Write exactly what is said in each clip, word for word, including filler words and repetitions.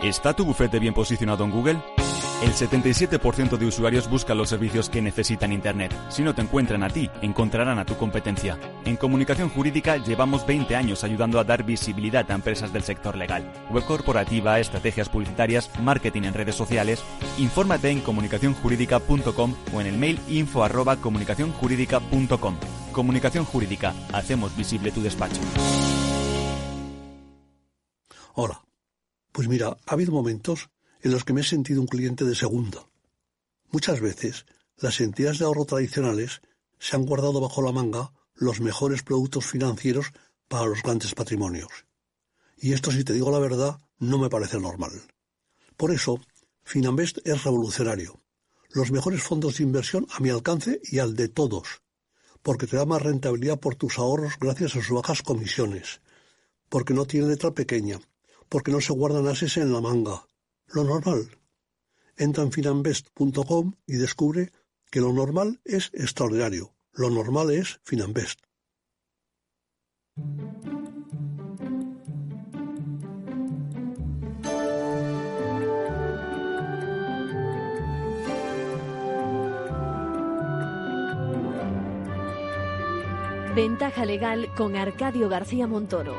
¿Está tu bufete bien posicionado en Google? El setenta y siete por ciento de usuarios buscan los servicios que necesitan Internet. Si no te encuentran a ti, encontrarán a tu competencia. En Comunicación Jurídica llevamos veinte años ayudando a dar visibilidad a empresas del sector legal. Web corporativa, estrategias publicitarias, marketing en redes sociales. Infórmate en comunicación jurídica punto com o en el mail info arroba comunicación jurídica punto com. Comunicación Jurídica. Hacemos visible tu despacho. Hola. Pues mira, ha habido momentos en los que me he sentido un cliente de segunda. Muchas veces, las entidades de ahorro tradicionales se han guardado bajo la manga los mejores productos financieros para los grandes patrimonios. Y esto, si te digo la verdad, no me parece normal. Por eso, Finanbest es revolucionario. Los mejores fondos de inversión a mi alcance y al de todos. Porque te da más rentabilidad por tus ahorros gracias a sus bajas comisiones. Porque no tiene letra pequeña. Porque no se guardan ases en la manga. Lo normal. Entra en finanbest punto com y descubre que lo normal es extraordinario. Lo normal es Finanbest. Ventaja Legal con Arcadio García Montoro.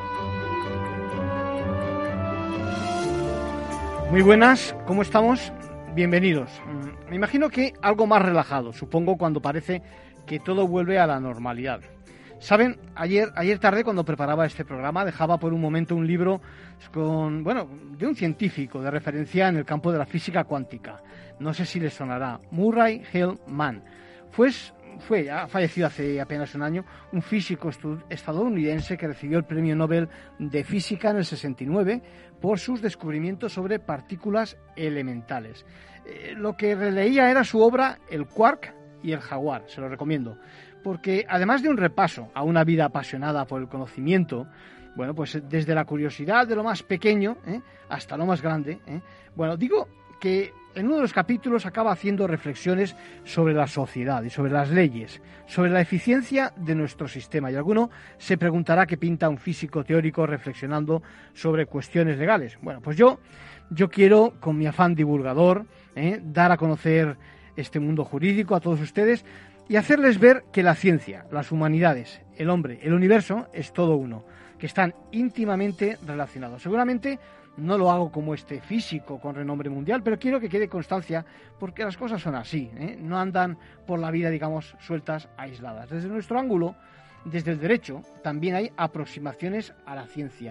Muy buenas, ¿cómo estamos? Bienvenidos. Me imagino que algo más relajado, supongo, cuando parece que todo vuelve a la normalidad. Saben, ayer, ayer tarde, cuando preparaba este programa, dejaba por un momento un libro con, bueno, de un científico de referencia en el campo de la física cuántica. No sé si les sonará. Murray Gell-Mann. Pues fue, ya fallecido hace apenas un año, un físico estadounidense que recibió el Premio Nobel de Física en el sesenta y nueve por sus descubrimientos sobre partículas elementales. Eh, lo que releía era su obra El quark y el jaguar, se lo recomiendo, porque además de un repaso a una vida apasionada por el conocimiento, bueno, pues desde la curiosidad de lo más pequeño ¿eh? hasta lo más grande, ¿eh? bueno, digo que en uno de los capítulos acaba haciendo reflexiones sobre la sociedad y sobre las leyes, sobre la eficiencia de nuestro sistema. Y alguno se preguntará qué pinta un físico teórico reflexionando sobre cuestiones legales. Bueno, pues yo, yo quiero, con mi afán divulgador, ¿eh? dar a conocer este mundo jurídico a todos ustedes y hacerles ver que la ciencia, las humanidades, el hombre, el universo es todo uno, que están íntimamente relacionados. Seguramente no lo hago como este físico con renombre mundial, pero quiero que quede constancia porque las cosas son así, ¿eh? No andan por la vida, digamos, sueltas, aisladas. Desde nuestro ángulo, desde el derecho, también hay aproximaciones a la ciencia.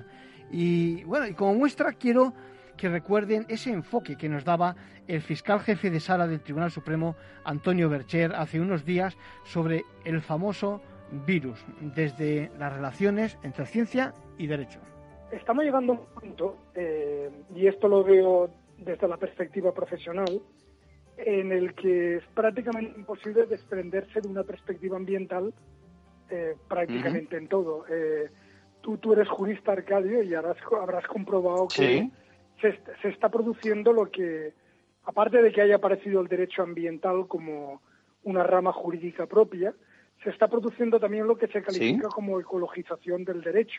Y bueno, y como muestra quiero que recuerden ese enfoque que nos daba el fiscal jefe de sala del Tribunal Supremo, Antonio Bercher, hace unos días sobre el famoso virus, desde las relaciones entre ciencia y derecho. Estamos llegando a un punto, eh, y esto lo veo desde la perspectiva profesional, en el que es prácticamente imposible desprenderse de una perspectiva ambiental eh, prácticamente uh-huh. en todo. Eh, tú, tú eres jurista, Arcadio, y habrás, habrás comprobado que ¿sí? se, se está produciendo lo que, aparte de que haya aparecido el derecho ambiental como una rama jurídica propia, se está produciendo también lo que se califica ¿sí? como ecologización del derecho.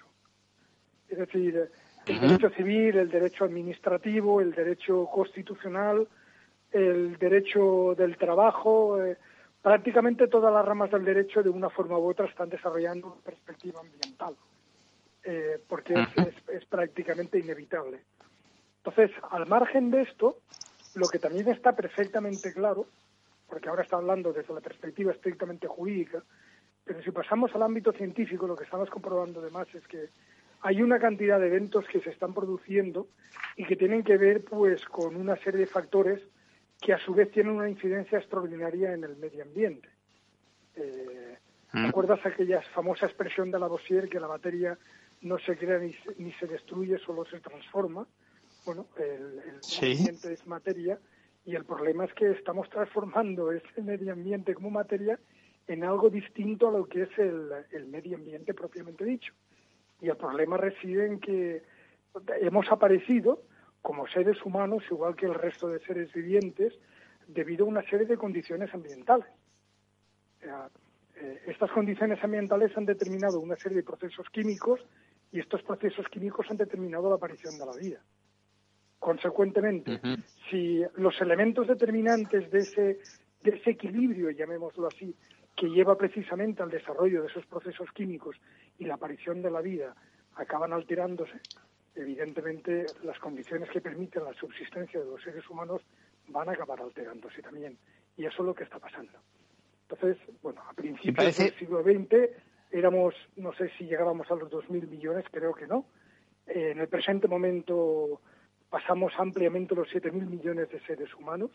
Es decir, el derecho civil, el derecho administrativo, el derecho constitucional, el derecho del trabajo, eh, prácticamente todas las ramas del derecho de una forma u otra están desarrollando una perspectiva ambiental, eh, porque es, es, es prácticamente inevitable. Entonces, al margen de esto, lo que también está perfectamente claro, porque ahora está hablando desde la perspectiva estrictamente jurídica, pero si pasamos al ámbito científico, lo que estamos comprobando además es que hay una cantidad de eventos que se están produciendo y que tienen que ver pues con una serie de factores que a su vez tienen una incidencia extraordinaria en el medio ambiente. Eh, ¿Te acuerdas aquella famosa expresión de Lavoisier que la materia no se crea ni se, ni se destruye, solo se transforma? Bueno, el, el ¿sí? medio ambiente es materia y el problema es que estamos transformando ese medio ambiente como materia en algo distinto a lo que es el, el medio ambiente propiamente dicho. Y el problema reside en que hemos aparecido como seres humanos, igual que el resto de seres vivientes, debido a una serie de condiciones ambientales. O sea, eh, estas condiciones ambientales han determinado una serie de procesos químicos y estos procesos químicos han determinado la aparición de la vida. Consecuentemente, uh-huh. si los elementos determinantes de ese, de ese equilibrio, llamémoslo así, que lleva precisamente al desarrollo de esos procesos químicos y la aparición de la vida acaban alterándose, evidentemente las condiciones que permiten la subsistencia de los seres humanos van a acabar alterándose también. Y eso es lo que está pasando. Entonces, bueno, a principios parece... del siglo veinte éramos, no sé si llegábamos a los dos mil millones, creo que no. Eh, en el presente momento pasamos ampliamente los siete mil millones de seres humanos.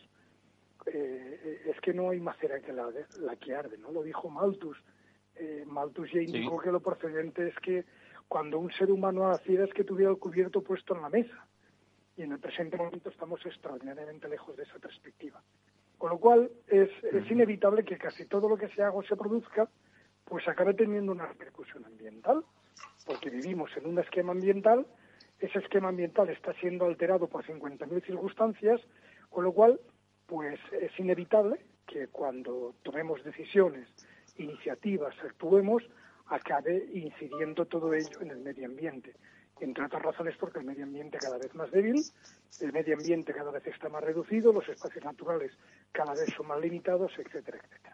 Eh, es que no hay más cera que la, la que arde, ¿no? Lo dijo Malthus. Eh, Malthus ya indicó sí. que lo procedente es que cuando un ser humano naciera es que tuviera el cubierto puesto en la mesa. Y en el presente momento estamos extraordinariamente lejos de esa perspectiva. Con lo cual es, es inevitable que casi todo lo que se haga o se produzca pues acabe teniendo una repercusión ambiental, porque vivimos en un esquema ambiental, ese esquema ambiental está siendo alterado por cincuenta mil circunstancias, con lo cual pues es inevitable que cuando tomemos decisiones, iniciativas, actuemos, acabe incidiendo todo ello en el medio ambiente. Entre otras razones porque el medio ambiente cada vez más débil, el medio ambiente cada vez está más reducido, los espacios naturales cada vez son más limitados, etcétera, etcétera.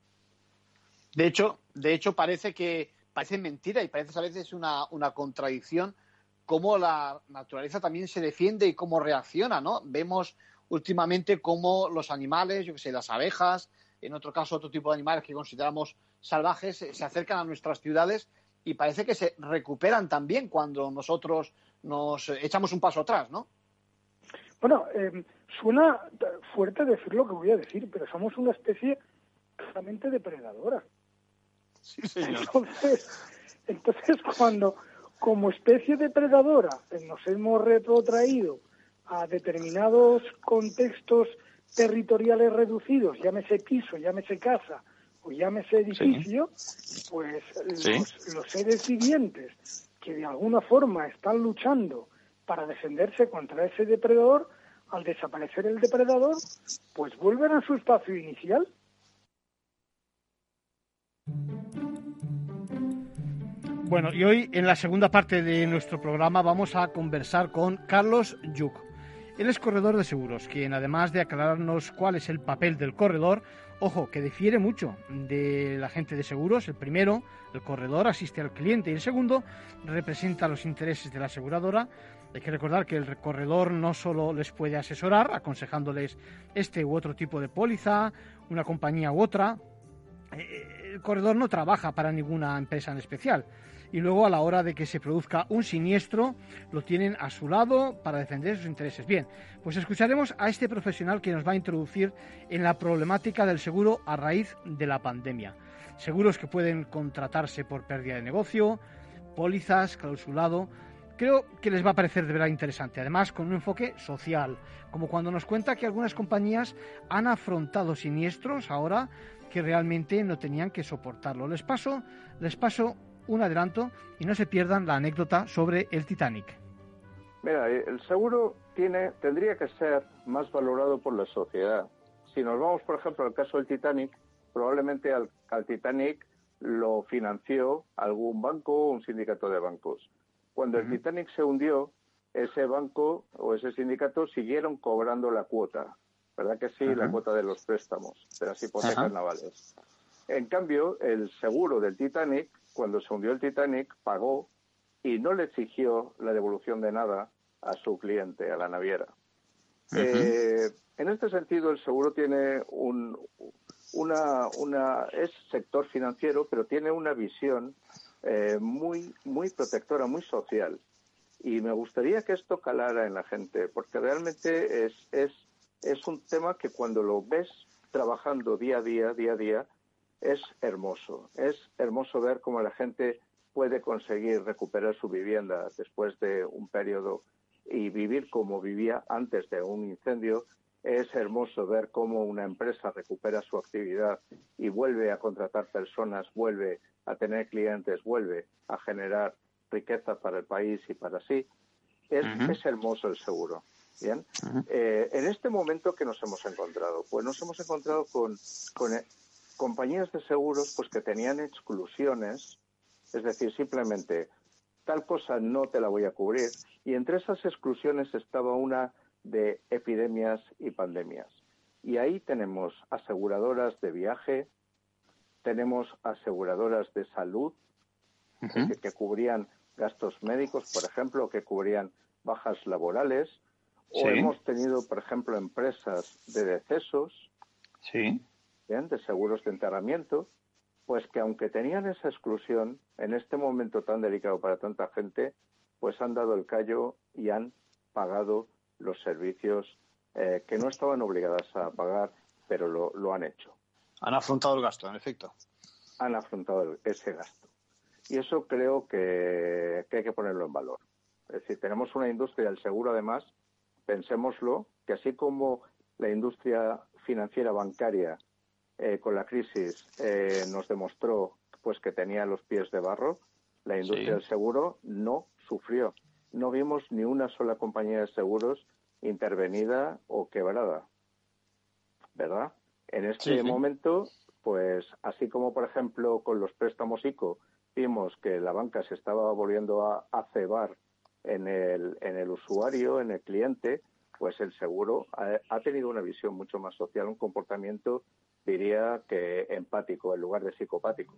De hecho, de hecho parece que parece mentira y parece a veces una, una contradicción cómo la naturaleza también se defiende y cómo reacciona, ¿no? Vemos últimamente cómo los animales, yo que sé, las abejas, en otro caso otro tipo de animales que consideramos salvajes, se acercan a nuestras ciudades y parece que se recuperan también cuando nosotros nos echamos un paso atrás, ¿no? Bueno, eh, suena fuerte decir lo que voy a decir, pero somos una especie claramente depredadora. Sí, señor. Entonces, entonces, cuando como especie depredadora nos hemos retrotraído a determinados contextos territoriales reducidos, llámese piso, llámese casa o llámese edificio, sí. pues sí. Los, los seres vivientes que de alguna forma están luchando para defenderse contra ese depredador, al desaparecer el depredador, pues vuelven a su espacio inicial. Bueno, y hoy en la segunda parte de nuestro programa vamos a conversar con Carlos Lluch. Él es corredor de seguros, quien además de aclararnos cuál es el papel del corredor, ojo, que difiere mucho de la gente de seguros. El primero, el corredor, asiste al cliente y el segundo representa los intereses de la aseguradora. Hay que recordar que el corredor no solo les puede asesorar, aconsejándoles este u otro tipo de póliza, una compañía u otra. El corredor no trabaja para ninguna empresa en especial. Y luego a la hora de que se produzca un siniestro lo tienen a su lado para defender sus intereses. Bien, pues escucharemos a este profesional que nos va a introducir en la problemática del seguro a raíz de la pandemia. Seguros que pueden contratarse por pérdida de negocio, pólizas, clausulado. Creo que les va a parecer de verdad interesante, además con un enfoque social, como cuando nos cuenta que algunas compañías han afrontado siniestros ahora que realmente no tenían que soportarlo. Les paso, les paso un adelanto y no se pierdan la anécdota sobre el Titanic. Mira, el seguro tiene, tendría que ser más valorado por la sociedad. Si nos vamos, por ejemplo, al caso del Titanic, probablemente al, al Titanic lo financió algún banco o un sindicato de bancos. Cuando uh-huh. el Titanic se hundió, ese banco o ese sindicato siguieron cobrando la cuota, ¿verdad que sí? Uh-huh. La cuota de los préstamos, de las hipotecas uh-huh. navales. En cambio, el seguro del Titanic, cuando se hundió el Titanic, pagó y no le exigió la devolución de nada a su cliente, a la naviera. Uh-huh. Eh, en este sentido, el seguro tiene un, una, una, es sector financiero, pero tiene una visión eh, muy, muy protectora, muy social. Y me gustaría que esto calara en la gente, porque realmente es, es, es un tema que cuando lo ves trabajando día a día, día a día, es hermoso. Es hermoso ver cómo la gente puede conseguir recuperar su vivienda después de un periodo y vivir como vivía antes de un incendio. Es hermoso ver cómo una empresa recupera su actividad y vuelve a contratar personas, vuelve a tener clientes, vuelve a generar riqueza para el país y para sí. Es, uh-huh. es hermoso el seguro. Bien. Uh-huh. Eh, en este momento, ¿qué nos hemos encontrado? Pues nos hemos encontrado con, con compañías de seguros pues que tenían exclusiones, es decir, simplemente tal cosa no te la voy a cubrir. Y entre esas exclusiones estaba una de epidemias y pandemias. Y ahí tenemos aseguradoras de viaje, tenemos aseguradoras de salud, uh-huh. es decir, que cubrían gastos médicos, por ejemplo, que cubrían bajas laborales, sí. o hemos tenido, por ejemplo, empresas de decesos, sí. ¿bien? de seguros de enterramiento, pues que aunque tenían esa exclusión, en este momento tan delicado para tanta gente, pues han dado el callo y han pagado los servicios eh, que no estaban obligadas a pagar, pero lo, lo han hecho. Han afrontado el gasto, en efecto. Han afrontado el, ese gasto. Y eso creo que, que hay que ponerlo en valor. Es decir, tenemos una industria del seguro, además, pensémoslo, que así como la industria financiera bancaria eh, con la crisis eh, nos demostró pues que tenía los pies de barro, la industria sí. del seguro no sufrió. No vimos ni una sola compañía de seguros intervenida o quebrada, ¿verdad? En este sí, sí. momento, pues así como, por ejemplo, con los préstamos ICO, vimos que la banca se estaba volviendo a, a cebar en el, en el usuario, en el cliente, pues el seguro ha, ha tenido una visión mucho más social, un comportamiento, diría que empático en lugar de psicopático.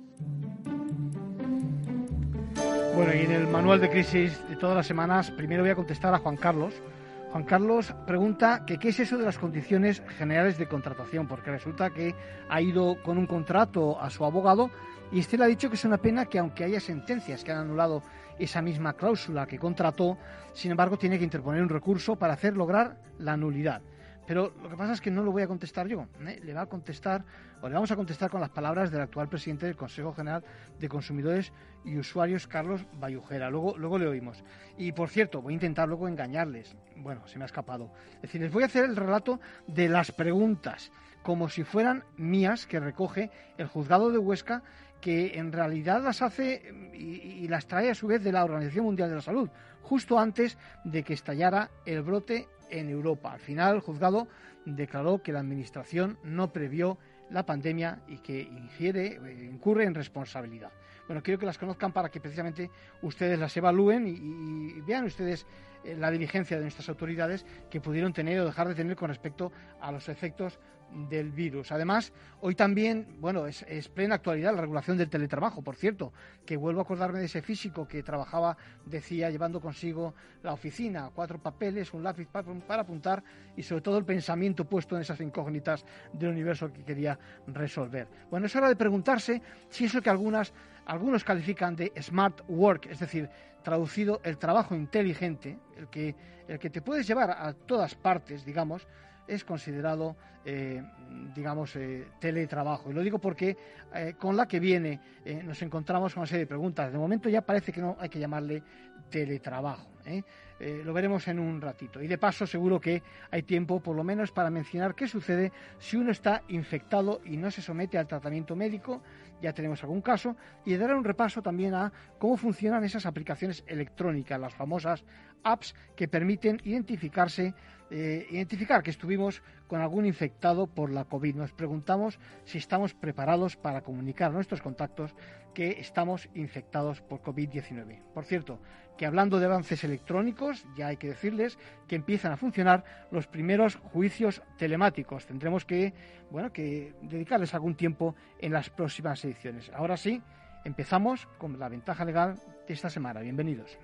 Bueno, y en el manual de crisis de todas las semanas, primero voy a contestar a Juan Carlos. Juan Carlos pregunta que qué es eso de las condiciones generales de contratación, porque resulta que ha ido con un contrato a su abogado y este le ha dicho que es una pena que aunque haya sentencias que han anulado esa misma cláusula que contrató, sin embargo tiene que interponer un recurso para hacer lograr la nulidad. Pero lo que pasa es que no lo voy a contestar yo, ¿eh? Le va a contestar, o le vamos a contestar con las palabras del actual presidente del Consejo General de Consumidores y Usuarios, Carlos Bayujera. Luego, luego le oímos. Y, por cierto, voy a intentar luego engañarles. Bueno, se me ha escapado. Es decir, les voy a hacer el relato de las preguntas, como si fueran mías, que recoge el Juzgado de Huesca, que en realidad las hace y, y las trae a su vez de la Organización Mundial de la Salud, justo antes de que estallara el brote en Europa. Al final, el juzgado declaró que la Administración no previó la pandemia y que ingiere, incurre en responsabilidad. Bueno, quiero que las conozcan para que precisamente ustedes las evalúen y, y, y vean ustedes eh, la diligencia de nuestras autoridades que pudieron tener o dejar de tener con respecto a los efectos del virus. Además, hoy también, bueno, es, es plena actualidad la regulación del teletrabajo, por cierto, que vuelvo a acordarme de ese físico que trabajaba, decía, llevando consigo la oficina, cuatro papeles, un lápiz para, para apuntar y sobre todo el pensamiento puesto en esas incógnitas del universo que quería resolver. Bueno, es hora de preguntarse si eso que algunas, algunos califican de smart work, es decir, traducido el trabajo inteligente, el que, el que te puedes llevar a todas partes, digamos, es considerado, eh, digamos, eh, teletrabajo. Y lo digo porque eh, con la que viene eh, nos encontramos con una serie de preguntas. De momento ya parece que no hay que llamarle teletrabajo, ¿eh? Eh, lo veremos en un ratito. Y de paso seguro que hay tiempo por lo menos para mencionar qué sucede si uno está infectado y no se somete al tratamiento médico. Ya tenemos algún caso. Y daré un repaso también a cómo funcionan esas aplicaciones electrónicas, las famosas apps que permiten identificarse Eh, identificar que estuvimos con algún infectado por la COVID. Nos preguntamos si estamos preparados para comunicar a nuestros contactos que estamos infectados por COVID diecinueve. Por cierto, que hablando de avances electrónicos, ya hay que decirles que empiezan a funcionar los primeros juicios telemáticos. Tendremos que, bueno, que dedicarles algún tiempo en las próximas ediciones. Ahora sí, empezamos con la ventaja legal de esta semana. Bienvenidos.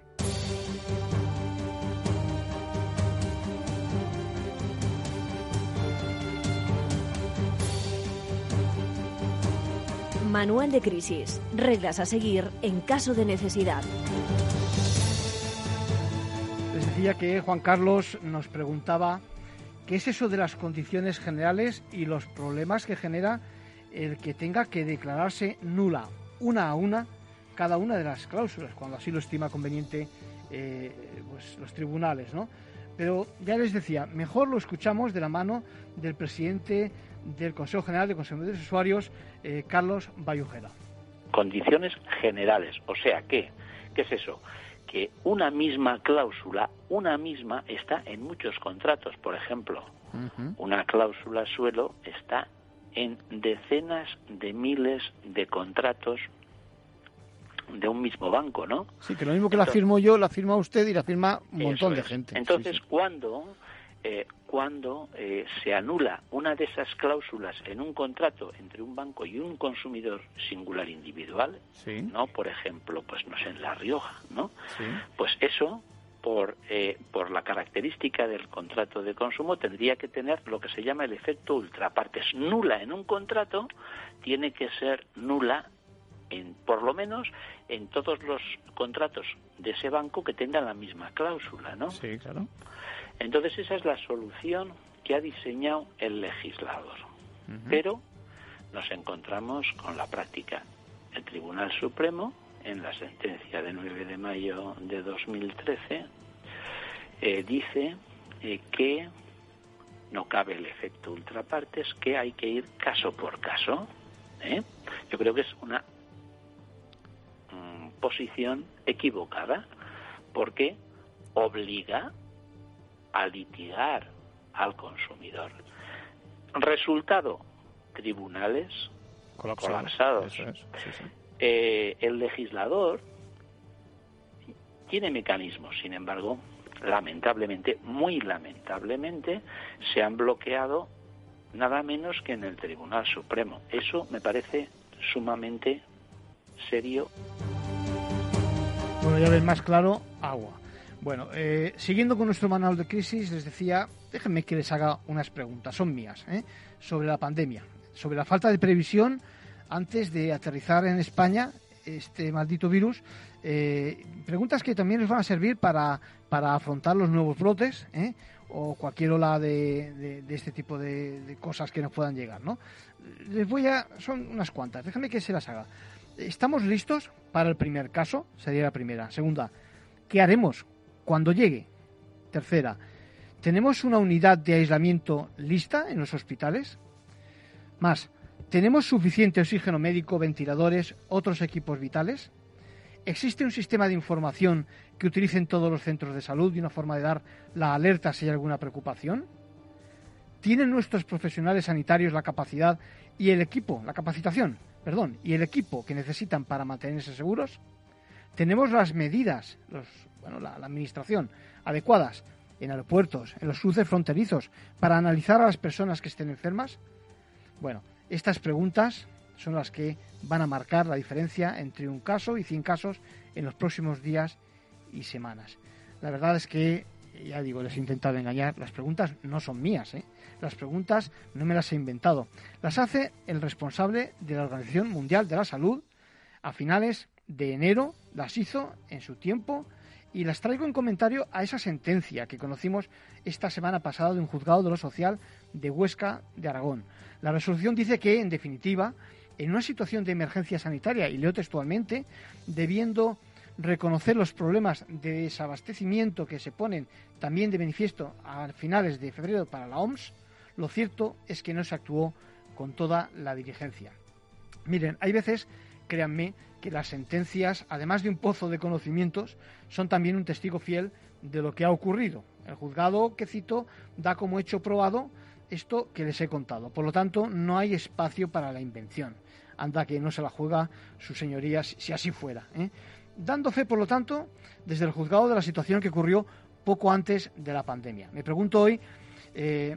Manual de crisis. Reglas a seguir en caso de necesidad. Les decía que Juan Carlos nos preguntaba qué es eso de las condiciones generales y los problemas que genera el que tenga que declararse nula, una a una, cada una de las cláusulas, cuando así lo estima conveniente eh, pues los tribunales, ¿no? Pero ya les decía, mejor lo escuchamos de la mano del presidente del Consejo General de Consumidores y Usuarios, eh, Carlos Bayujera. Condiciones generales, o sea, ¿qué? ¿Qué es eso? Que una misma cláusula, una misma, está en muchos contratos. Por ejemplo, uh-huh. una cláusula suelo está en decenas de miles de contratos de un mismo banco, ¿no? Sí, que lo mismo que Entonces, la firmo yo, la firma usted y la firma un montón de es. gente. Entonces, sí, sí. cuando, eh, cuando eh, se anula una de esas cláusulas en un contrato entre un banco y un consumidor singular individual, sí. ¿no? Por ejemplo, pues no sé, en La Rioja, ¿no? Sí. Pues eso, por eh, por la característica del contrato de consumo, tendría que tener lo que se llama el efecto ultrapartes. Nula en un contrato tiene que ser nula en, por lo menos en todos los contratos de ese banco que tengan la misma cláusula, ¿no? Sí, claro. Entonces esa es la solución que ha diseñado el legislador. Uh-huh. Pero nos encontramos con la práctica. El Tribunal Supremo, en la sentencia de nueve de mayo de dos mil trece, eh, dice eh, que no cabe el efecto ultrapartes, que hay que ir caso por caso. ¿eh? Yo creo que es una mm, posición equivocada, porque obliga a litigar al consumidor. Resultado, tribunales colapsados. colapsados. Eso es. Sí, sí. Eh, el legislador tiene mecanismos, sin embargo, lamentablemente, muy lamentablemente, se han bloqueado nada menos que en el Tribunal Supremo. Eso me parece sumamente serio. Bueno, ya ves más claro, agua. Bueno, eh, siguiendo con nuestro manual de crisis, les decía, déjenme que les haga unas preguntas, son mías, ¿eh? sobre la pandemia, sobre la falta de previsión antes de aterrizar en España este maldito virus. Eh, preguntas que también les van a servir para, para afrontar los nuevos brotes, ¿eh? o cualquier ola de, de, de este tipo de, de cosas que nos puedan llegar, ¿no? Les voy a... son unas cuantas, déjenme que se las haga. ¿Estamos listos para el primer caso? Sería la primera. Segunda, ¿qué haremos cuando llegue? Tercera, ¿tenemos una unidad de aislamiento lista en los hospitales? Más, ¿tenemos suficiente oxígeno médico, ventiladores, otros equipos vitales? ¿Existe un sistema de información que utilicen todos los centros de salud y una forma de dar la alerta si hay alguna preocupación? ¿Tienen nuestros profesionales sanitarios la capacidad y el equipo, la capacitación, perdón, y el equipo que necesitan para mantenerse seguros? ¿Tenemos las medidas, los, bueno, la, la administración adecuadas en aeropuertos, en los cruces fronterizos, para analizar a las personas que estén enfermas? Bueno, estas preguntas son las que van a marcar la diferencia entre un caso y cien casos en los próximos días y semanas. La verdad es que, ya digo, les he intentado engañar, las preguntas no son mías, ¿eh? Las preguntas no me las he inventado. Las hace el responsable de la Organización Mundial de la Salud a finales de enero, las hizo en su tiempo y las traigo en comentario a esa sentencia que conocimos esta semana pasada de un juzgado de lo social de Huesca de Aragón. La resolución dice que, en definitiva, en una situación de emergencia sanitaria, y leo textualmente, debiendo reconocer los problemas de desabastecimiento que se ponen también de manifiesto a finales de febrero para la O M S, lo cierto es que no se actuó con toda la diligencia. Miren, hay veces, créanme, que las sentencias, además de un pozo de conocimientos, son también un testigo fiel de lo que ha ocurrido. El juzgado que cito da como hecho probado esto que les he contado. Por lo tanto, no hay espacio para la invención. Anda que no se la juega sus señorías si así fuera, ¿eh? Dando fe, por lo tanto, desde el juzgado de la situación que ocurrió poco antes de la pandemia. Me pregunto hoy... Eh,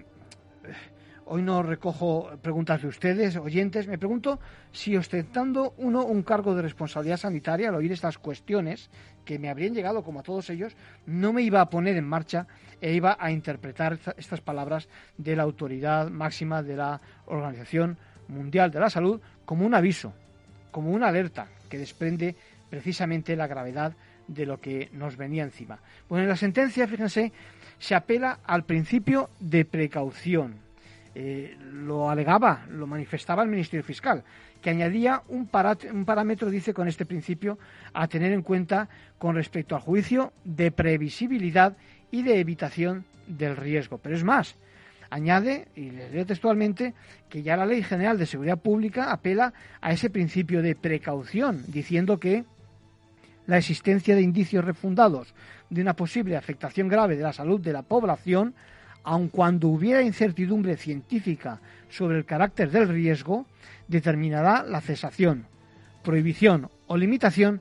Hoy no recojo preguntas de ustedes, oyentes. Me pregunto si, ostentando uno un cargo de responsabilidad sanitaria, al oír estas cuestiones que me habrían llegado, como a todos ellos, no me iba a poner en marcha e iba a interpretar estas palabras de la autoridad máxima de la Organización Mundial de la Salud como un aviso, como una alerta que desprende precisamente la gravedad de lo que nos venía encima. Bueno, en la sentencia, fíjense, se apela al principio de precaución. Eh, lo alegaba, lo manifestaba el Ministerio Fiscal, que añadía un, pará, un parámetro, dice, con este principio a tener en cuenta con respecto al juicio de previsibilidad y de evitación del riesgo. Pero es más, añade, y les leo textualmente, que ya la Ley General de Seguridad Pública apela a ese principio de precaución, diciendo que la existencia de indicios refundados de una posible afectación grave de la salud de la población, aun cuando hubiera incertidumbre científica sobre el carácter del riesgo, determinará la cesación, prohibición o limitación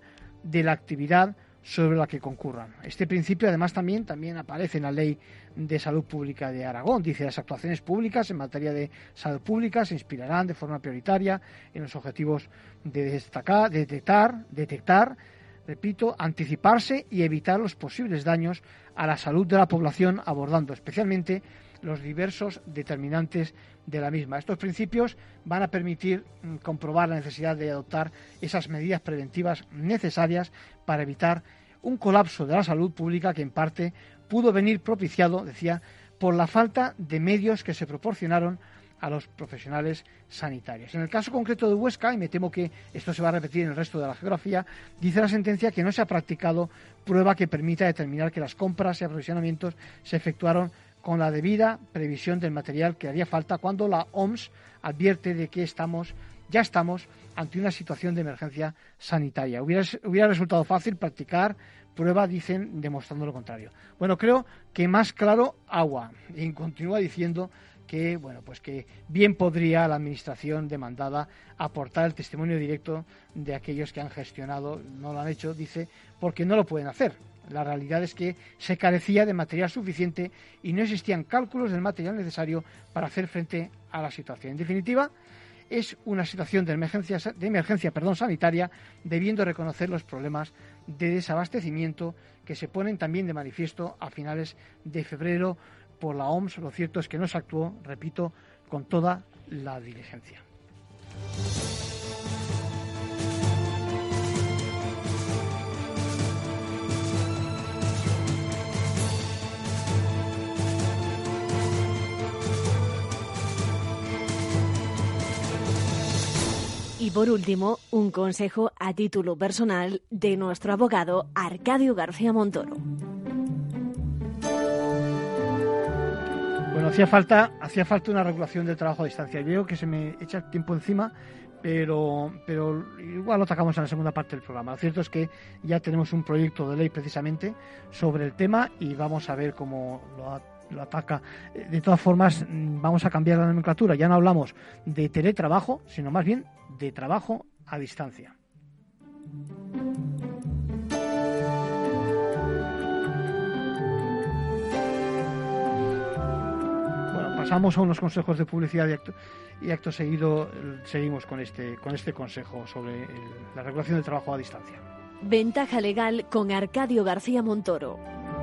de la actividad sobre la que concurran. Este principio además también, también aparece en la Ley de Salud Pública de Aragón. Dice: las actuaciones públicas en materia de salud pública se inspirarán de forma prioritaria en los objetivos de destacar, detectar, detectar, repito, anticiparse y evitar los posibles daños a la salud de la población, abordando especialmente los diversos determinantes de la misma. Estos principios van a permitir mm, comprobar la necesidad de adoptar esas medidas preventivas necesarias para evitar un colapso de la salud pública que en parte pudo venir propiciado, decía, por la falta de medios que se proporcionaron a los profesionales sanitarios. En el caso concreto de Huesca, y me temo que esto se va a repetir en el resto de la geografía, dice la sentencia que no se ha practicado prueba que permita determinar que las compras y aprovisionamientos se efectuaron con la debida previsión del material que haría falta, cuando la O M S advierte de que estamos, ya estamos ante una situación de emergencia sanitaria. Hubiera, hubiera resultado fácil practicar prueba, dicen, demostrando lo contrario. Bueno, creo que más claro agua. Y continúa diciendo que, bueno, pues que bien podría la administración demandada aportar el testimonio directo de aquellos que han gestionado, no lo han hecho, dice, porque no lo pueden hacer. La realidad es que se carecía de material suficiente y no existían cálculos del material necesario para hacer frente a la situación. En definitiva, es una situación de emergencia, de emergencia perdón, sanitaria, debiendo reconocer los problemas de desabastecimiento que se ponen también de manifiesto a finales de febrero por la O M S. Lo cierto es que no se actuó, repito, con toda la diligencia. Y por último, un consejo a título personal de nuestro abogado Arcadio García Montoro. Bueno, hacía falta, hacía falta una regulación del trabajo a distancia. Veo que se me echa el tiempo encima, pero, pero igual lo atacamos en la segunda parte del programa. Lo cierto es que ya tenemos un proyecto de ley precisamente sobre el tema y vamos a ver cómo lo, lo ataca. De todas formas, vamos a cambiar la nomenclatura. Ya no hablamos de teletrabajo, sino más bien de trabajo a distancia. Bueno, pasamos a unos consejos de publicidad y acto, y acto seguido seguimos con este, con este consejo sobre el, la regulación del trabajo a distancia. Ventaja legal con Arcadio García Montoro.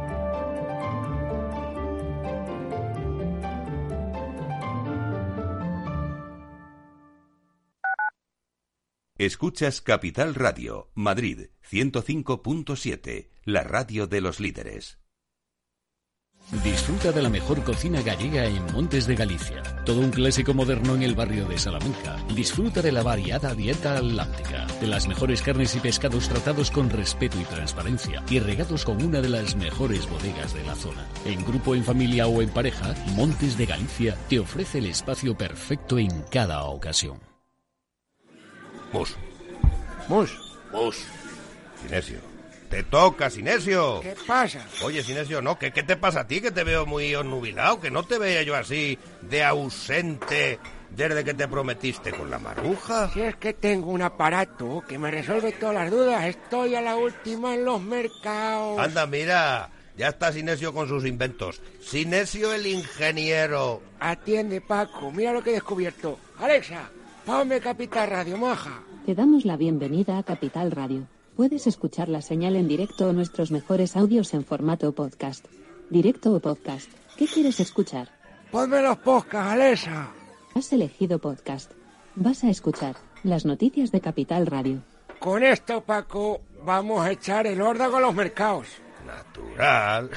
Escuchas Capital Radio, Madrid, ciento cinco punto siete, la radio de los líderes. Disfruta de la mejor cocina gallega en Montes de Galicia. Todo un clásico moderno en el barrio de Salamanca. Disfruta de la variada dieta atlántica, de las mejores carnes y pescados tratados con respeto y transparencia y regados con una de las mejores bodegas de la zona. En grupo, en familia o en pareja, Montes de Galicia te ofrece el espacio perfecto en cada ocasión. Mus. Mus. Mus. Sinesio. Te toca, Sinesio. ¿Qué pasa? Oye, Sinesio, no, ¿qué, qué te pasa a ti? Que te veo muy onnubilado, que no te veía yo así de ausente desde que te prometiste con la Maruja. Si es que tengo un aparato que me resuelve todas las dudas. Estoy a la última en los mercados. Anda, mira, ya está Sinesio con sus inventos. Sinesio el ingeniero. Atiende, Paco, mira lo que he descubierto. Alexa, ponme Capital Radio, maja. Te damos la bienvenida a Capital Radio. Puedes escuchar la señal en directo o nuestros mejores audios en formato podcast. ¿Directo o podcast? ¿Qué quieres escuchar? Ponme los podcasts, Alexa. Has elegido podcast. Vas a escuchar las noticias de Capital Radio. Con esto, Paco, vamos a echar el órdago a los mercados. Natural.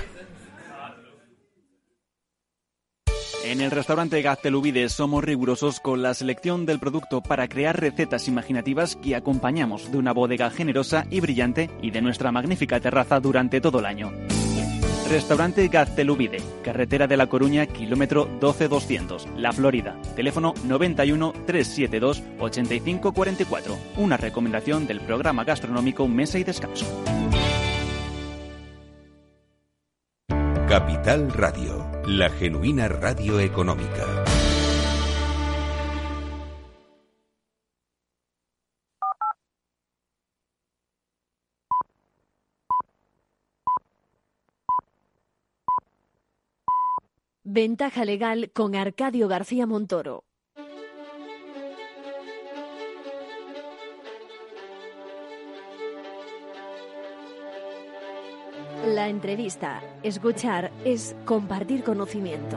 En el restaurante Gaztelubides somos rigurosos con la selección del producto para crear recetas imaginativas que acompañamos de una bodega generosa y brillante y de nuestra magnífica terraza durante todo el año. Restaurante Gaztelubide, carretera de La Coruña, kilómetro doce doscientos, La Florida. Teléfono noventa y uno, trescientos setenta y dos, ochenta y cinco cuarenta y cuatro. Una recomendación del programa gastronómico Mesa y Descanso. Capital Radio, la genuina radio económica. Ventaja legal con Arcadio García Montoro. La entrevista, escuchar, es compartir conocimiento.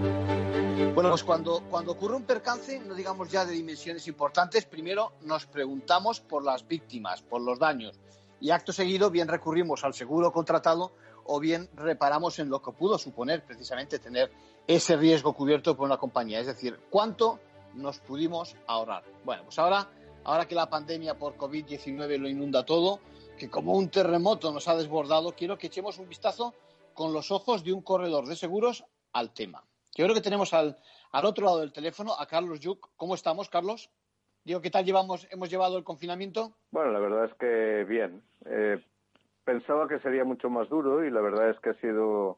Bueno, pues cuando, cuando ocurre un percance, no digamos ya de dimensiones importantes, primero nos preguntamos por las víctimas, por los daños, y acto seguido bien recurrimos al seguro contratado o bien reparamos en lo que pudo suponer precisamente tener ese riesgo cubierto por una compañía. Es decir, ¿cuánto nos pudimos ahorrar? Bueno, pues ahora, ahora que la pandemia por covid diecinueve lo inunda todo, que como un terremoto nos ha desbordado, quiero que echemos un vistazo con los ojos de un corredor de seguros al tema. Yo creo que tenemos al, al otro lado del teléfono a Carlos Lluch. ¿Cómo estamos, Carlos? Digo, ¿qué tal llevamos, hemos llevado el confinamiento? Bueno, la verdad es que bien. Eh, pensaba que sería mucho más duro y la verdad es que ha sido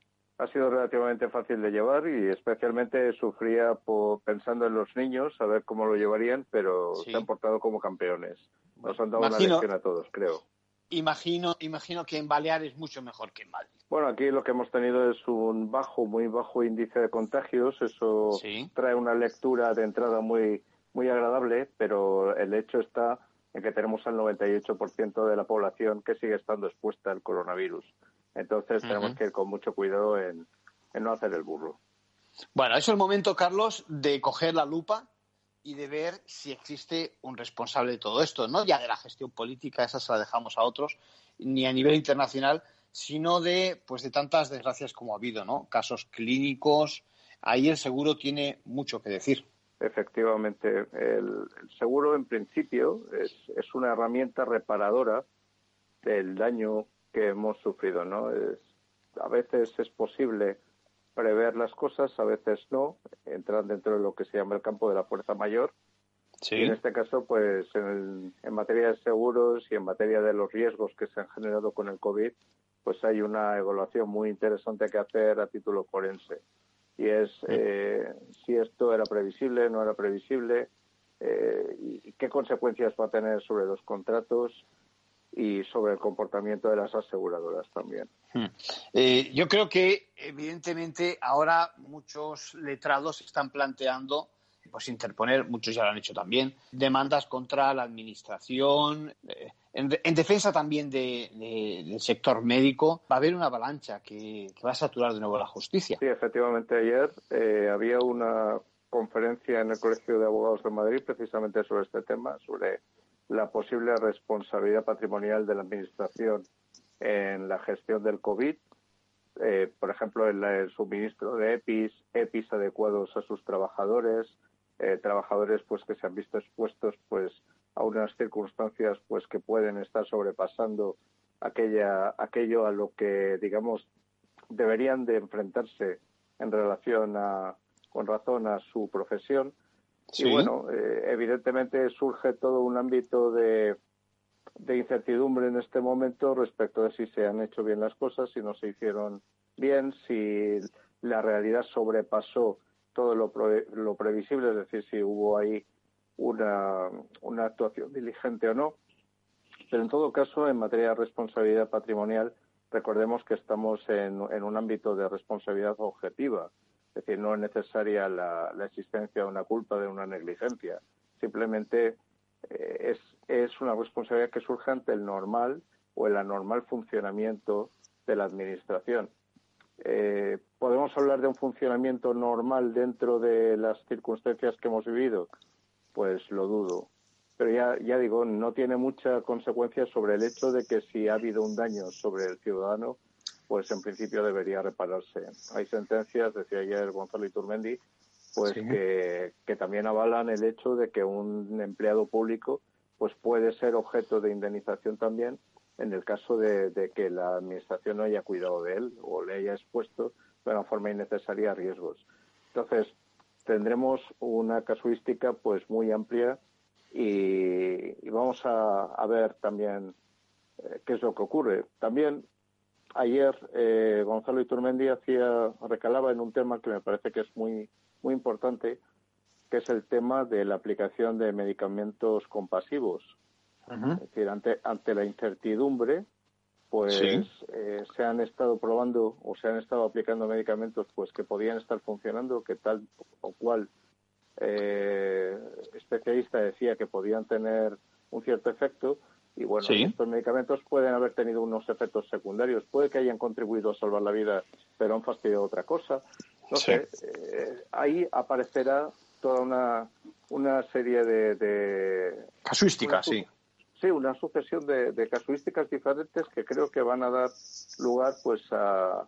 ha sido relativamente fácil de llevar y especialmente sufría por, pensando en los niños, a ver cómo lo llevarían, pero sí. Se han portado como campeones. Nos han dado imagino, una lección a todos, creo. Imagino, imagino que en Baleares mucho mejor que en Madrid. Bueno, aquí lo que hemos tenido es un bajo, muy bajo índice de contagios. Eso sí. Trae una lectura de entrada muy, muy agradable, pero el hecho está en que tenemos al noventa y ocho por ciento de la población que sigue estando expuesta al coronavirus. Entonces uh-huh. tenemos que ir con mucho cuidado en, en no hacer el burro. Bueno, es el momento, Carlos, de coger la lupa y de ver si existe un responsable de todo esto, no ya de la gestión política, esa se la dejamos a otros, ni a nivel internacional, sino de pues de tantas desgracias como ha habido, ¿no? Casos clínicos, ahí el seguro tiene mucho que decir. Efectivamente, el, el seguro en principio es, es una herramienta reparadora del daño que hemos sufrido, ¿no? Es, a veces es posible prever las cosas, a veces no, entran dentro de lo que se llama el campo de la fuerza mayor. Sí. Y en este caso, pues en, el, en materia de seguros y en materia de los riesgos que se han generado con el COVID, pues hay una evaluación muy interesante que hacer a título forense. Y es eh, si esto era previsible, no era previsible, eh, y qué consecuencias va a tener sobre los contratos y sobre el comportamiento de las aseguradoras también. Hmm. Eh, yo creo que, evidentemente, ahora muchos letrados están planteando pues interponer, muchos ya lo han hecho también, demandas contra la administración, eh, en, en defensa también de, de, del sector médico. Va a haber una avalancha que, que va a saturar de nuevo la justicia. Sí, efectivamente, ayer eh, había una conferencia en el Colegio de Abogados de Madrid precisamente sobre este tema, sobre la posible responsabilidad patrimonial de la administración en la gestión del COVID, eh, por ejemplo, en la, el suministro de EPIs, EPIs adecuados a sus trabajadores, eh, trabajadores pues que se han visto expuestos pues a unas circunstancias pues que pueden estar sobrepasando aquella aquello a lo que digamos deberían de enfrentarse en relación a con razón a su profesión. Sí. Y bueno, eh, evidentemente surge todo un ámbito de, de incertidumbre en este momento respecto de si se han hecho bien las cosas, si no se hicieron bien, si la realidad sobrepasó todo lo, pre, lo previsible, es decir, si hubo ahí una, una actuación diligente o no. Pero en todo caso, en materia de responsabilidad patrimonial, recordemos que estamos en, en un ámbito de responsabilidad objetiva. Es decir, no es necesaria la, la existencia de una culpa, de una negligencia. Simplemente eh, es, es una responsabilidad que surge ante el normal o el anormal funcionamiento de la Administración. Eh, ¿Podemos hablar de un funcionamiento normal dentro de las circunstancias que hemos vivido? Pues lo dudo. Pero ya, ya digo, no tiene mucha consecuencia sobre el hecho de que si ha habido un daño sobre el ciudadano, pues en principio debería repararse. Hay sentencias, decía ayer Gonzalo Iturmendi, pues sí. que, que también avalan el hecho de que un empleado público pues puede ser objeto de indemnización también en el caso de, de que la administración no haya cuidado de él o le haya expuesto de una forma innecesaria a riesgos. Entonces, tendremos una casuística pues muy amplia y, y vamos a, a ver también eh, qué es lo que ocurre. También ayer eh, Gonzalo Iturmendi hacía, recalaba en un tema que me parece que es muy, muy importante, que es el tema de la aplicación de medicamentos compasivos. Uh-huh. Es decir, ante, ante la incertidumbre, pues Sí. eh, se han estado probando o se han estado aplicando medicamentos pues que podían estar funcionando, que tal o cual eh, especialista decía que podían tener un cierto efecto, y bueno, Sí. estos medicamentos pueden haber tenido unos efectos secundarios, puede que hayan contribuido a salvar la vida, pero han fastidiado otra cosa. No Sí. sé, eh, ahí aparecerá toda una, una serie de... de Casuística, una su- sí. Sí, una sucesión de, de casuísticas diferentes que creo que van a dar lugar pues a,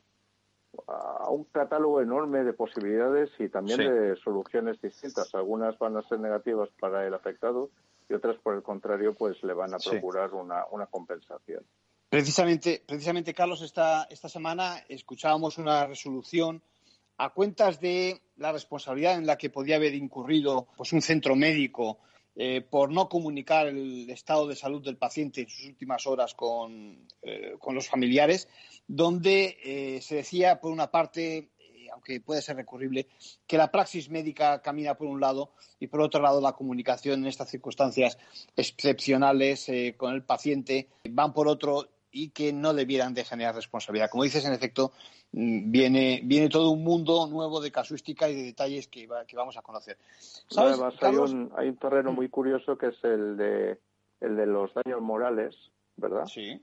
a un catálogo enorme de posibilidades y también Sí. de soluciones distintas. Algunas van a ser negativas para el afectado y otras, por el contrario, pues le van a Sí. procurar una, una compensación. Precisamente, precisamente Carlos, esta, esta semana escuchábamos una resolución a cuentas de la responsabilidad en la que podía haber incurrido pues, un centro médico eh, por no comunicar el estado de salud del paciente en sus últimas horas con, eh, con los familiares, donde eh, se decía, por una parte, eh, aunque puede ser recurrible, que la praxis médica camina por un lado y, por otro lado, la comunicación en estas circunstancias excepcionales eh, con el paciente van por otro, y que no debieran de generar responsabilidad. Como dices, en efecto, viene, viene todo un mundo nuevo de casuística y de detalles que, va, que vamos a conocer. ¿Sabes, Además, Carlos? hay un, hay un terreno muy curioso que es el de, el de los daños morales, ¿verdad? Sí.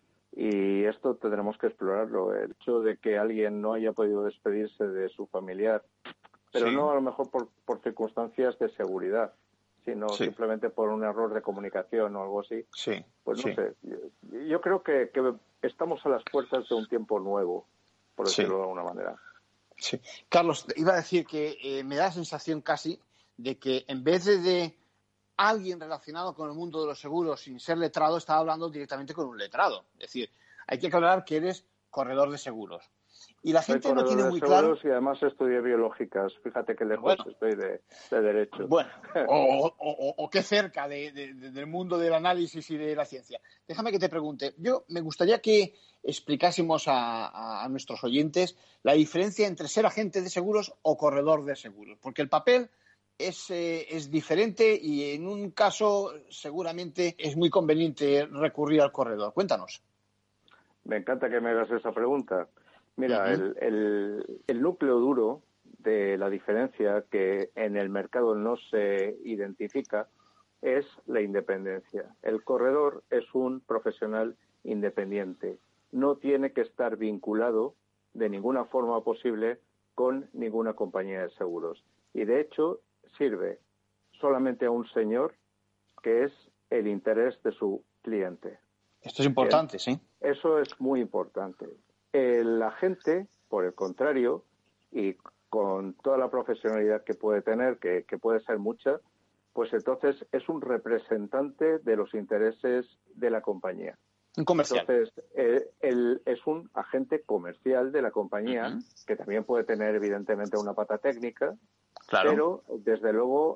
Y esto tendremos que explorarlo. El hecho de que alguien no haya podido despedirse de su familiar, pero Sí. no a lo mejor por, por circunstancias de seguridad, sino Sí. simplemente por un error de comunicación o algo así. Sí. Pues no Sí. sé, yo, yo creo que, que estamos a las puertas de un tiempo nuevo, por Sí. decirlo de alguna manera. Sí. Carlos, iba a decir que eh, me da la sensación casi de que en vez de, de alguien relacionado con el mundo de los seguros sin ser letrado, estaba hablando directamente con un letrado. Es decir, hay que aclarar que eres corredor de seguros. Y la Soy gente no corredor tiene de muy claro... seguros y además estudié biológicas. Fíjate que lejos Bueno. estoy de, de derecho. Bueno, o, o, o, o qué cerca de, de, de, del mundo del análisis y de la ciencia. Déjame que te pregunte. Yo me gustaría que explicásemos a, a, a nuestros oyentes la diferencia entre ser agente de seguros o corredor de seguros, porque el papel es, eh, es diferente y en un caso seguramente es muy conveniente recurrir al corredor. Cuéntanos. Me encanta que me hagas esa pregunta. Mira, Uh-huh. el, el, el núcleo duro de la diferencia que en el mercado no se identifica es la independencia. El corredor es un profesional independiente. No tiene que estar vinculado de ninguna forma posible con ninguna compañía de seguros. Y de hecho sirve solamente a un señor, que es el interés de su cliente. Esto es importante, Bien. sí. Eso es muy importante. El agente, por el contrario, y con toda la profesionalidad que puede tener, que, que puede ser mucha, pues entonces es un representante de los intereses de la compañía. Un comercial. Entonces, eh, él es un agente comercial de la compañía, Uh-huh. que también puede tener evidentemente una pata técnica, Claro. pero desde luego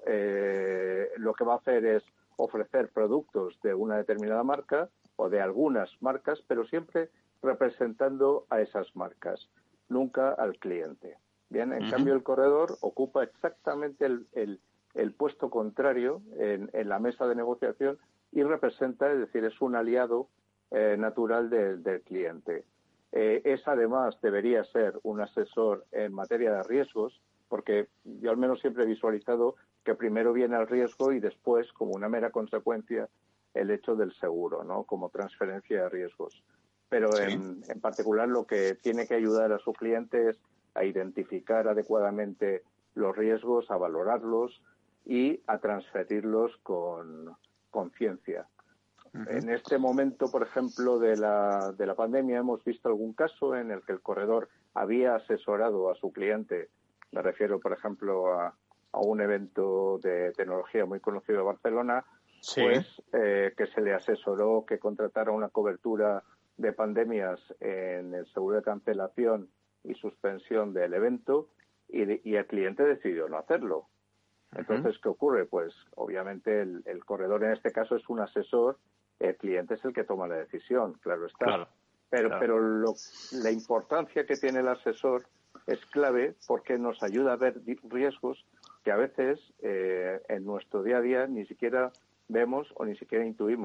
eh, lo que va a hacer es ofrecer productos de una determinada marca o de algunas marcas, pero siempre representando a esas marcas, nunca al cliente. Bien, en Uh-huh. cambio el corredor ocupa exactamente el, el, el puesto contrario en, en la mesa de negociación y representa, es decir, es un aliado eh, natural de, del cliente. Eh, es además, debería ser un asesor en materia de riesgos, porque yo al menos siempre he visualizado que primero viene el riesgo y después, como una mera consecuencia, el hecho del seguro, ¿no? Como transferencia de riesgos. Pero Sí. en, en particular lo que tiene que ayudar a su cliente es a identificar adecuadamente los riesgos, a valorarlos y a transferirlos con conciencia. Uh-huh. En este momento, por ejemplo, de la, de la pandemia, hemos visto algún caso en el que el corredor había asesorado a su cliente. Me refiero, por ejemplo, a, a un evento de tecnología muy conocido de Barcelona, Sí. pues eh, que se le asesoró que contratara una cobertura de pandemias en el seguro de cancelación y suspensión del evento y, de, y el cliente decidió no hacerlo. Entonces, ¿qué ocurre? Pues obviamente el, el corredor en este caso es un asesor, el cliente es el que toma la decisión, claro está. Claro, pero claro. pero lo, la importancia que tiene el asesor es clave porque nos ayuda a ver riesgos que a veces eh, en nuestro día a día ni siquiera vemos o ni siquiera intuimos.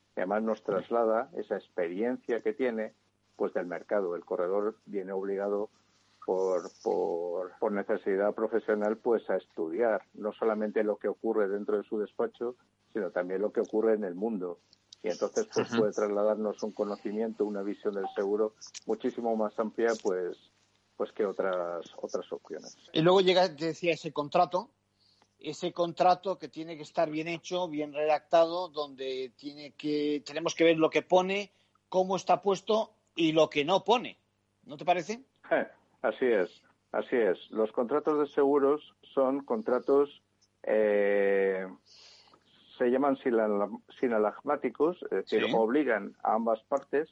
Y además nos traslada esa experiencia que tiene pues del mercado. El corredor viene obligado por, por, por necesidad profesional pues a estudiar no solamente lo que ocurre dentro de su despacho, sino también lo que ocurre en el mundo. Y entonces pues uh-huh. puede trasladarnos un conocimiento, una visión del seguro muchísimo más amplia pues pues que otras otras opciones. Y luego llega, te decía, ese contrato, ese contrato que tiene que estar bien hecho, bien redactado, donde tiene que tenemos que ver lo que pone, cómo está puesto y lo que no pone. ¿No te parece? Eh, así es, así es. Los contratos de seguros son contratos eh, se llaman sinalagmáticos, es decir, ¿sí? obligan a ambas partes,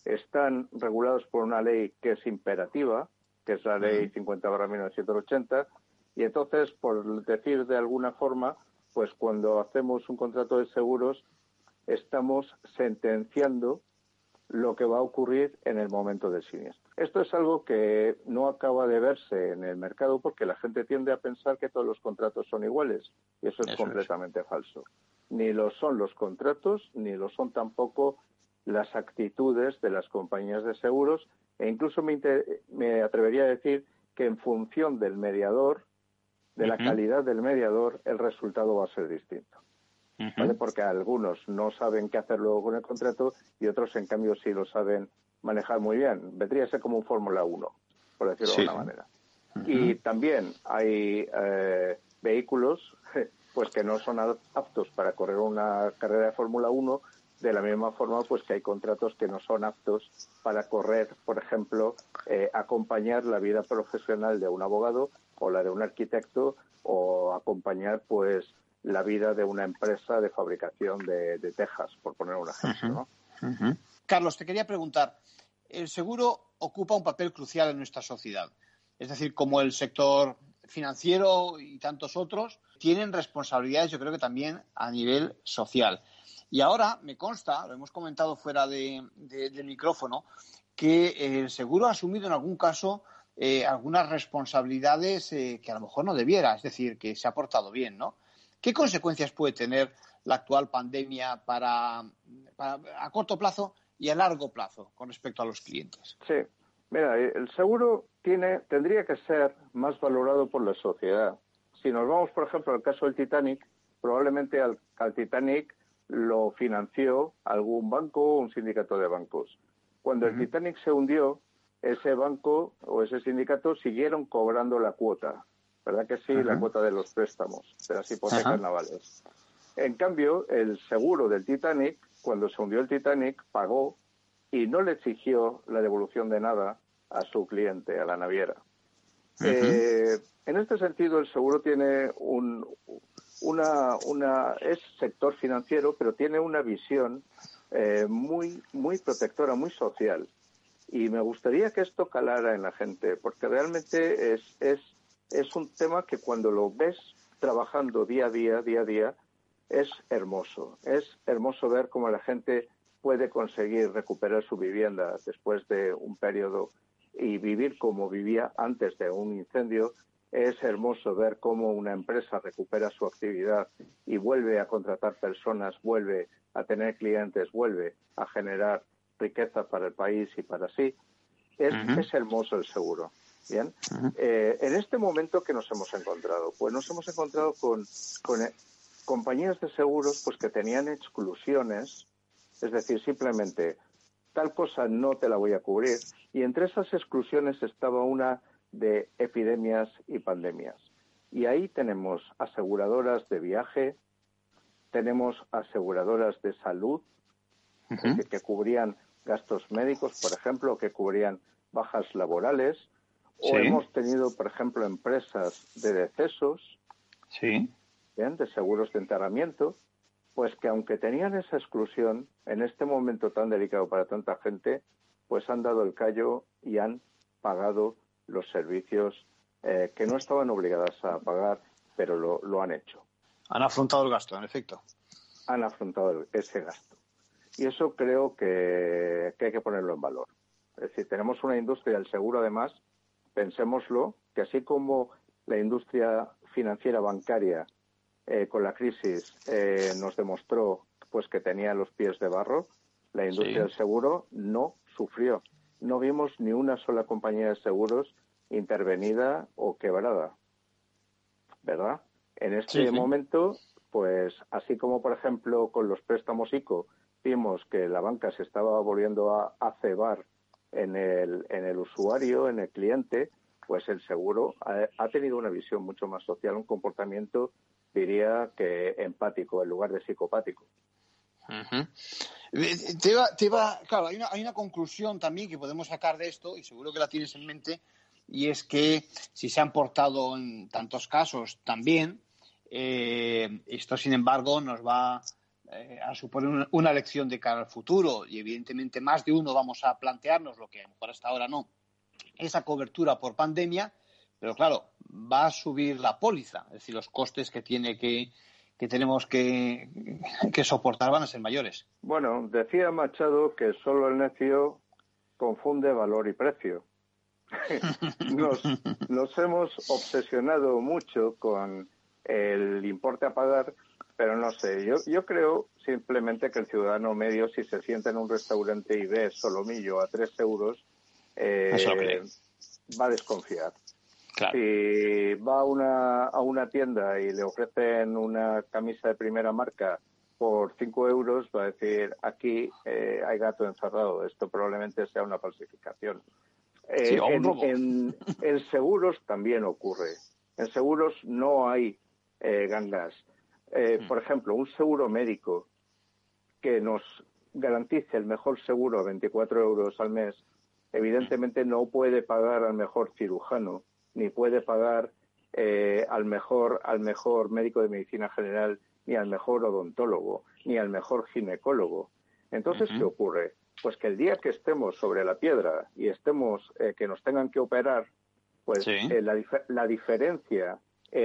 están regulados por una ley que es imperativa, que es la ley uh-huh. cincuenta barra mil novecientos ochenta, y entonces, por decir de alguna forma, pues cuando hacemos un contrato de seguros, estamos sentenciando lo que va a ocurrir en el momento del siniestro. Esto es algo que no acaba de verse en el mercado porque la gente tiende a pensar que todos los contratos son iguales, y eso es eso completamente es. falso. Ni lo son los contratos, ni lo son tampoco las actitudes de las compañías de seguros, e incluso me, inter- me atrevería a decir que en función del mediador, de uh-huh. la calidad del mediador, el resultado va a ser distinto. Uh-huh. ¿Vale? Porque algunos no saben qué hacer luego con el contrato y otros, en cambio, sí lo saben manejar muy bien. Vendría a ser como un Fórmula uno, por decirlo sí. de alguna manera. Uh-huh. Y también hay eh, vehículos pues que no son aptos para correr una carrera de Fórmula uno, de la misma forma pues que hay contratos que no son aptos para correr, por ejemplo, eh, acompañar la vida profesional de un abogado o la de un arquitecto, o acompañar pues la vida de una empresa de fabricación de, de tejas, por poner un ejemplo, ¿no? Uh-huh. Carlos, te quería preguntar, el seguro ocupa un papel crucial en nuestra sociedad. Es decir, como el sector financiero y tantos otros, tienen responsabilidades, yo creo que también a nivel social. Y ahora me consta, lo hemos comentado fuera de, de, del micrófono, que el seguro ha asumido en algún caso eh, algunas responsabilidades eh, que a lo mejor no debiera, es decir, que se ha portado bien, ¿no? ¿Qué consecuencias puede tener la actual pandemia para, para a corto plazo y a largo plazo con respecto a los clientes? Sí, mira, el seguro tiene tendría que ser más valorado por la sociedad. Si nos vamos, por ejemplo, al caso del Titanic, probablemente al, al Titanic lo financió algún banco o un sindicato de bancos. Cuando uh-huh. el Titanic se hundió, ese banco o ese sindicato siguieron cobrando la cuota, ¿verdad que sí? Uh-huh. La cuota de los préstamos, de las hipotecas uh-huh. navales. En cambio, el seguro del Titanic, cuando se hundió el Titanic, pagó y no le exigió la devolución de nada a su cliente, a la naviera. Uh-huh. Eh, en este sentido, el seguro tiene un... Una, una es sector financiero, pero tiene una visión eh, muy, muy protectora, muy social. Y me gustaría que esto calara en la gente, porque realmente es, es, es un tema que cuando lo ves trabajando día a día, día a día, es hermoso. Es hermoso ver cómo la gente puede conseguir recuperar su vivienda después de un periodo y vivir como vivía antes de un incendio. Es hermoso ver cómo una empresa recupera su actividad y vuelve a contratar personas, vuelve a tener clientes, vuelve a generar riqueza para el país y para sí. Es, uh-huh. es hermoso el seguro. Bien. Uh-huh. Eh, en este momento, ¿qué nos hemos encontrado? Pues nos hemos encontrado con, con eh, compañías de seguros pues que tenían exclusiones, es decir, simplemente tal cosa no te la voy a cubrir. Y entre esas exclusiones estaba una de epidemias y pandemias. Y ahí tenemos aseguradoras de viaje, tenemos aseguradoras de salud, uh-huh. es decir, que cubrían gastos médicos, por ejemplo, que cubrían bajas laborales, sí. o hemos tenido, por ejemplo, empresas de decesos, sí. ¿bien? de seguros de enterramiento, pues que aunque tenían esa exclusión, en este momento tan delicado para tanta gente, pues han dado el callo y han pagado los servicios eh, que no estaban obligadas a pagar, pero lo, lo han hecho. Han afrontado el gasto, en efecto. Han afrontado ese gasto. Y eso creo que, que hay que ponerlo en valor. Es decir, tenemos una industria del seguro, además, pensémoslo, que así como la industria financiera bancaria eh, con la crisis eh, nos demostró pues que tenía los pies de barro. La industria Sí. del seguro no sufrió. No vimos ni una sola compañía de seguros intervenida o quebrada, ¿verdad? En este Sí, sí. momento, pues así como por ejemplo con los préstamos ICO vimos que la banca se estaba volviendo a, a cebar en el, en el usuario, en el cliente, pues el seguro ha, ha tenido una visión mucho más social, un comportamiento, diría que empático en lugar de psicopático. Uh-huh. Te iba, te iba, claro, hay una, hay una conclusión también que podemos sacar de esto, y seguro que la tienes en mente, y es que si se han portado en tantos casos también, eh, esto sin embargo nos va eh, a suponer una, una lección de cara al futuro, y evidentemente más de uno vamos a plantearnos, lo que a lo mejor hasta ahora no, esa cobertura por pandemia, pero claro, va a subir la póliza, es decir, los costes que tiene que que tenemos que, que soportar van a ser mayores. Bueno, decía Machado que solo el necio confunde valor y precio. nos, nos hemos obsesionado mucho con el importe a pagar, pero no sé, yo, yo creo simplemente que el ciudadano medio, si se sienta en un restaurante y ve solomillo a tres euros, eh, va a desconfiar. Claro. Si va a una, a una tienda y le ofrecen una camisa de primera marca por cinco euros, va a decir, aquí eh, hay gato encerrado, esto probablemente sea una falsificación. Eh, sí, o un en, robo. En, en seguros también ocurre. En seguros no hay eh, gangas. Eh, mm. Por ejemplo, un seguro médico que nos garantice el mejor seguro a veinticuatro euros al mes, evidentemente no puede pagar al mejor cirujano, ni puede pagar eh, al mejor al mejor médico de medicina general, ni al mejor odontólogo, ni al mejor ginecólogo. Entonces, uh-huh. ¿qué ocurre? Pues que el día que estemos sobre la piedra y estemos eh, que nos tengan que operar, pues sí. eh, la, dif- la diferencia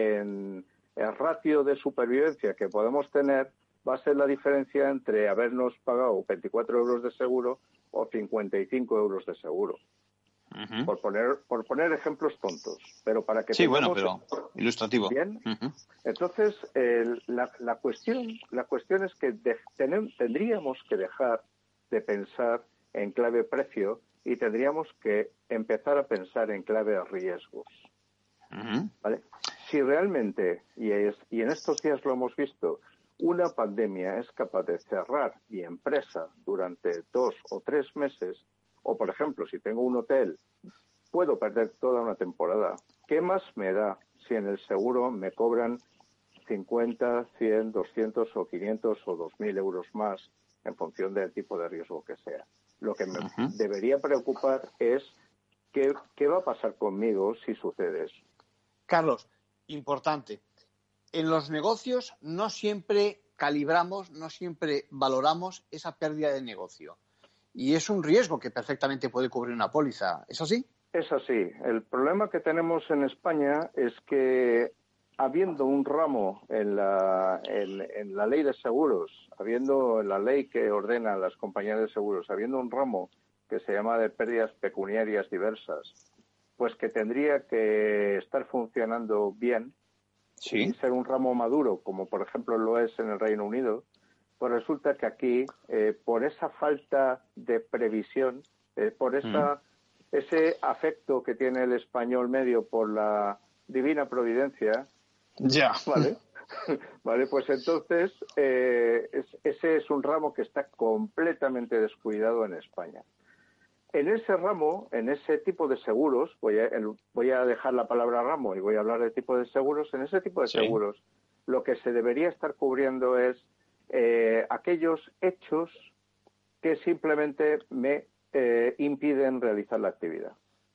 en el ratio de supervivencia que podemos tener va a ser la diferencia entre habernos pagado veinticuatro euros de seguro o cincuenta y cinco euros de seguro. Uh-huh. Por poner por poner ejemplos tontos, pero para que sí, tengamos... bueno, pero ilustrativo. Bien. Uh-huh. Entonces, el, la, la cuestión la cuestión es que de, ten, tendríamos que dejar de pensar en clave precio y tendríamos que empezar a pensar en clave riesgos. Uh-huh. ¿Vale? Si realmente, y, es, y en estos días lo hemos visto, una pandemia es capaz de cerrar mi empresa durante dos o tres meses, o, por ejemplo, si tengo un hotel, puedo perder toda una temporada. ¿Qué más me da si en el seguro me cobran cincuenta, cien, doscientos o quinientos o dos mil euros más en función del tipo de riesgo que sea? Lo que me uh-huh. debería preocupar es qué, qué va a pasar conmigo si sucede eso. Carlos, importante. En los negocios no siempre calibramos, no siempre valoramos esa pérdida de negocio. Y es un riesgo que perfectamente puede cubrir una póliza. ¿Es así? Es así. El problema que tenemos en España es que, habiendo un ramo en la, en, en la ley de seguros, habiendo la ley que ordena a las compañías de seguros, habiendo un ramo que se llama de pérdidas pecuniarias diversas, pues que tendría que estar funcionando bien, ¿sí? Y ser un ramo maduro, como por ejemplo lo es en el Reino Unido, pues resulta que aquí, eh, por esa falta de previsión, eh, por esa, mm. ese afecto que tiene el español medio por la divina providencia, ya, ¿vale? Vale, pues entonces eh, es, ese es un ramo que está completamente descuidado en España. En ese ramo, en ese tipo de seguros, voy a, el, voy a dejar la palabra ramo y voy a hablar de tipo de seguros, en ese tipo de sí. seguros lo que se debería estar cubriendo es Eh, aquellos hechos que simplemente me eh, impiden realizar la actividad.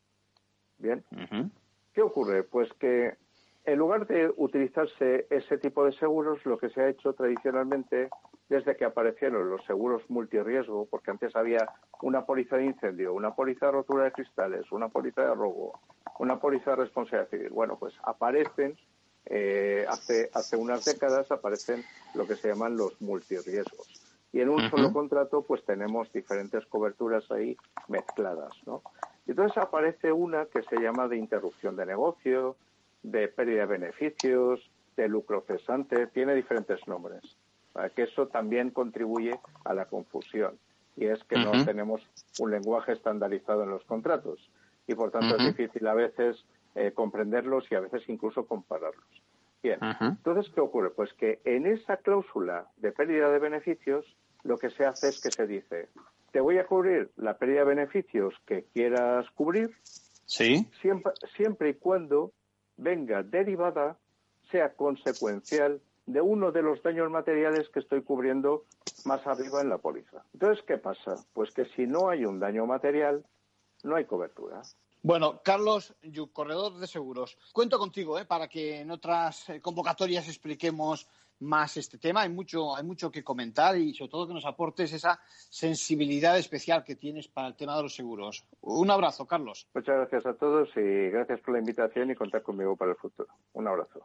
¿Bien? Uh-huh. ¿Qué ocurre? Pues que en lugar de utilizarse ese tipo de seguros, lo que se ha hecho tradicionalmente desde que aparecieron los seguros multirriesgo, porque antes había una póliza de incendio, una póliza de rotura de cristales, una póliza de robo, una póliza de responsabilidad civil. Bueno, pues aparecen Eh, hace hace unas décadas aparecen lo que se llaman los multirriesgos. Y en un uh-huh. solo contrato pues tenemos diferentes coberturas ahí mezcladas, ¿no? Y entonces aparece una que se llama de interrupción de negocio, de pérdida de beneficios, de lucro cesante, tiene diferentes nombres. Que eso también contribuye a la confusión. Y es que uh-huh. no tenemos un lenguaje estandarizado en los contratos. Y por tanto uh-huh. es difícil a veces eh, comprenderlos y a veces incluso compararlos. Bien, uh-huh. entonces, ¿qué ocurre? Pues que en esa cláusula de pérdida de beneficios, lo que se hace es que se dice, te voy a cubrir la pérdida de beneficios que quieras cubrir, sí, siempre, siempre y cuando venga derivada, sea consecuencial de uno de los daños materiales que estoy cubriendo más arriba en la póliza. Entonces, ¿qué pasa? Pues que si no hay un daño material, no hay cobertura. Bueno, Carlos Lluch, corredor de seguros. Cuento contigo, ¿eh? Para que en otras convocatorias expliquemos más este tema. Hay mucho, hay mucho que comentar y sobre todo que nos aportes esa sensibilidad especial que tienes para el tema de los seguros. Un abrazo, Carlos. Muchas gracias a todos y gracias por la invitación y contar conmigo para el futuro. Un abrazo.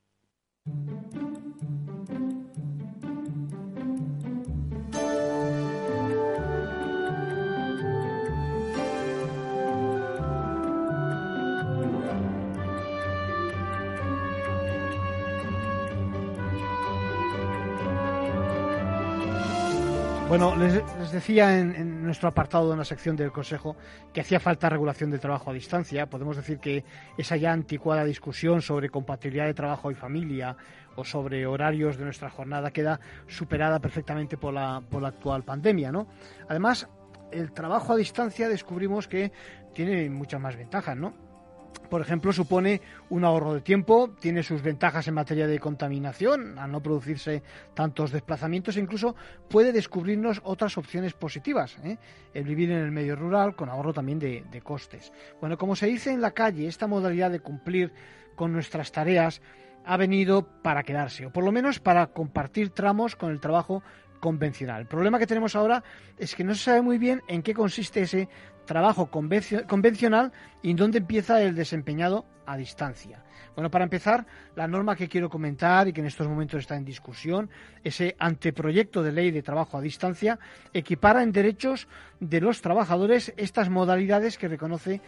Bueno, les, les decía en, en nuestro apartado de la sección del Consejo que hacía falta regulación del trabajo a distancia. Podemos decir que esa ya anticuada discusión sobre compatibilidad de trabajo y familia o sobre horarios de nuestra jornada queda superada perfectamente por la, por la actual pandemia, ¿no? Además, el trabajo a distancia descubrimos que tiene muchas más ventajas, ¿no? Por ejemplo, supone un ahorro de tiempo, tiene sus ventajas en materia de contaminación, al no producirse tantos desplazamientos, e incluso puede descubrirnos otras opciones positivas, ¿eh? El vivir en el medio rural con ahorro también de, de costes. Bueno, como se dice en la calle, esta modalidad de cumplir con nuestras tareas ha venido para quedarse, o por lo menos para compartir tramos con el trabajo convencional. El problema que tenemos ahora es que no se sabe muy bien en qué consiste ese trabajo convencional y en dónde empieza el desempeñado a distancia. Bueno, para empezar, la norma que quiero comentar y que en estos momentos está en discusión, ese anteproyecto de ley de trabajo a distancia, equipara en derechos de los trabajadores estas modalidades que reconoce eh,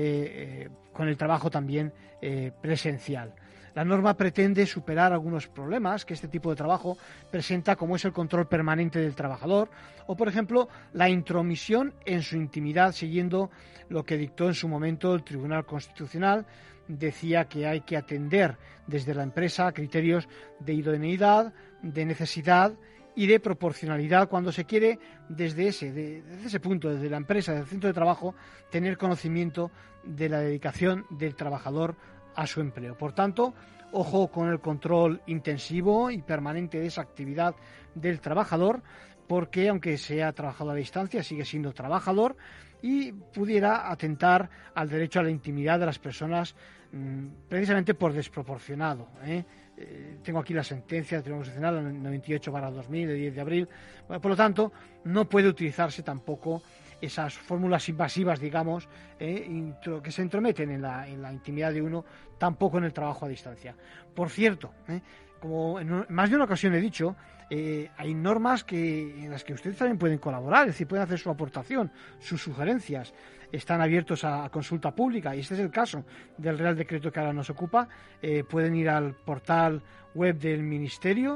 eh, con el trabajo también eh, presencial. La norma pretende superar algunos problemas que este tipo de trabajo presenta, como es el control permanente del trabajador o, por ejemplo, la intromisión en su intimidad, siguiendo lo que dictó en su momento el Tribunal Constitucional. Decía que hay que atender desde la empresa criterios de idoneidad, de necesidad y de proporcionalidad cuando se quiere desde ese, de, desde ese punto, desde la empresa, desde el centro de trabajo, tener conocimiento de la dedicación del trabajador a su empleo. Por tanto, ojo con el control intensivo y permanente de esa actividad del trabajador, porque aunque sea trabajador a distancia, sigue siendo trabajador y pudiera atentar al derecho a la intimidad de las personas mmm, precisamente por desproporcionado, ¿eh? Eh, tengo aquí la sentencia del Tribunal Constitucional noventa y ocho barra dos mil de diez de abril. Bueno, por lo tanto, no puede utilizarse tampoco esas fórmulas invasivas, digamos, eh, intro, que se entrometen en la, en la intimidad de uno, tampoco en el trabajo a distancia. Por cierto, eh, como en más de una ocasión he dicho, eh, hay normas que, en las que ustedes también pueden colaborar, es decir, pueden hacer su aportación, sus sugerencias. Están abiertos a, a consulta pública y este es el caso del Real Decreto que ahora nos ocupa. Eh, pueden ir al portal web del Ministerio,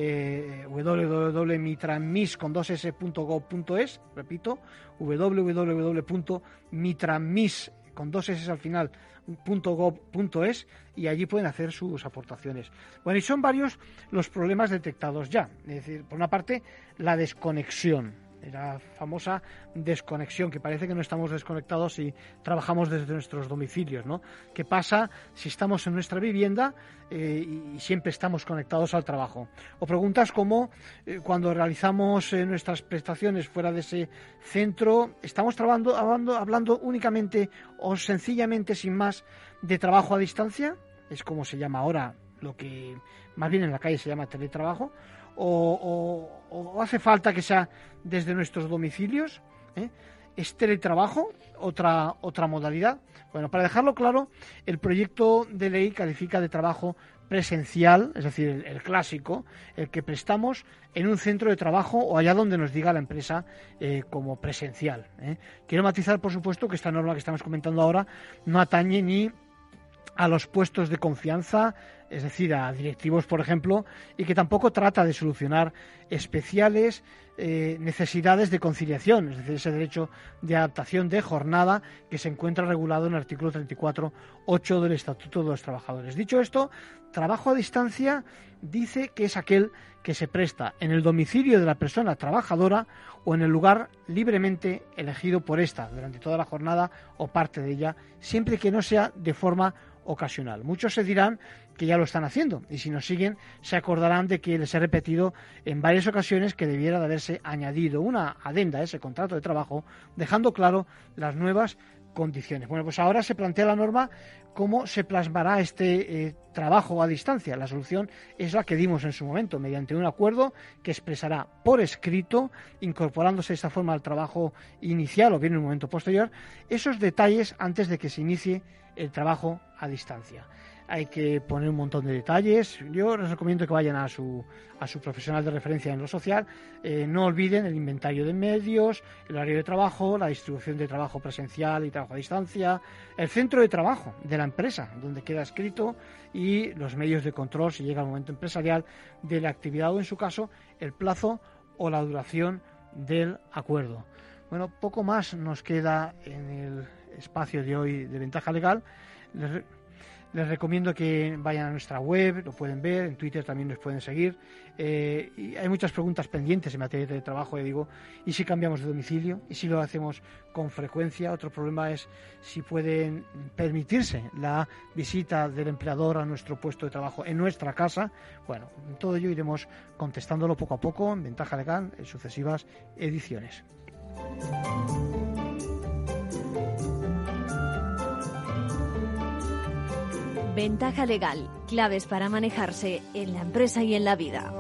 eh, w w w punto mitramis con dos s punto gov punto es, repito, w w w punto mitramis con dos s al final punto gov punto es, y allí pueden hacer sus aportaciones. Bueno, y son varios los problemas detectados ya. Es decir, por una parte, la desconexión. La famosa desconexión, que parece que no estamos desconectados si trabajamos desde nuestros domicilios, ¿no? ¿Qué pasa si estamos en nuestra vivienda eh, y siempre estamos conectados al trabajo? O preguntas como eh, cuando realizamos eh, nuestras prestaciones fuera de ese centro, ¿estamos trabajando, hablando, hablando únicamente o sencillamente sin más de trabajo a distancia? Es como se llama ahora, lo que más bien en la calle se llama teletrabajo. O, o, o hace falta que sea desde nuestros domicilios, ¿eh? ¿Es teletrabajo otra, otra modalidad? Bueno, para dejarlo claro, el proyecto de ley califica de trabajo presencial, es decir, el, el clásico, el que prestamos en un centro de trabajo o allá donde nos diga la empresa eh, como presencial, ¿eh? Quiero matizar, por supuesto, que esta norma que estamos comentando ahora no atañe ni a los puestos de confianza, es decir, a directivos, por ejemplo, y que tampoco trata de solucionar especiales eh, necesidades de conciliación, es decir, ese derecho de adaptación de jornada que se encuentra regulado en el artículo treinta y cuatro punto ocho del Estatuto de los Trabajadores. Dicho esto, trabajo a distancia dice que es aquel que se presta en el domicilio de la persona trabajadora o en el lugar libremente elegido por ésta durante toda la jornada o parte de ella, siempre que no sea de forma ocasional. Muchos se dirán que ya lo están haciendo y si nos siguen se acordarán de que les he repetido en varias ocasiones que debiera de haberse añadido una adenda a ese contrato de trabajo dejando claro las nuevas condiciones. Bueno, pues ahora se plantea la norma cómo se plasmará este eh, trabajo a distancia. La solución es la que dimos en su momento, mediante un acuerdo que expresará por escrito, incorporándose de esta forma al trabajo inicial o bien en un momento posterior, esos detalles antes de que se inicie el trabajo a distancia. Hay que poner un montón de detalles. Yo les recomiendo que vayan a su, a su profesional de referencia en lo social. Eh, no olviden el inventario de medios, el horario de trabajo, la distribución de trabajo presencial y trabajo a distancia, el centro de trabajo de la empresa, donde queda escrito, y los medios de control, si llega el momento empresarial, de la actividad o, en su caso, el plazo o la duración del acuerdo. Bueno, poco más nos queda en el espacio de hoy de Ventaja Legal. Les, les recomiendo que vayan a nuestra web, lo pueden ver, en Twitter también nos pueden seguir. Eh, y hay muchas preguntas pendientes en materia de trabajo, ya digo, y si cambiamos de domicilio, y si lo hacemos con frecuencia. Otro problema es si pueden permitirse la visita del empleador a nuestro puesto de trabajo en nuestra casa. Bueno, todo ello iremos contestándolo poco a poco en Ventaja Legal en sucesivas ediciones. Ventaja Legal, claves para manejarse en la empresa y en la vida.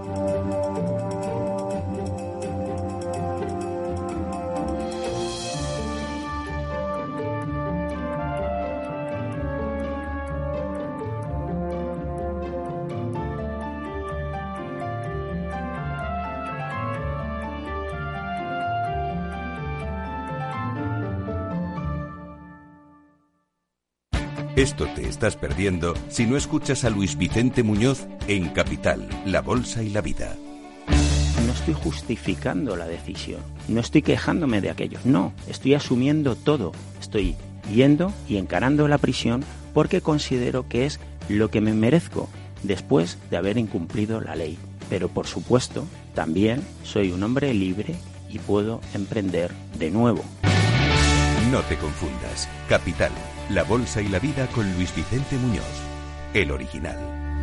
Esto te estás perdiendo si no escuchas a Luis Vicente Muñoz en Capital, La Bolsa y la Vida. No estoy justificando la decisión, no estoy quejándome de aquello, no, estoy asumiendo todo. Estoy yendo y encarando la prisión porque considero que es lo que me merezco después de haber incumplido la ley. Pero por supuesto, también soy un hombre libre y puedo emprender de nuevo. No te confundas. Capital, La Bolsa y la Vida con Luis Vicente Muñoz, el original.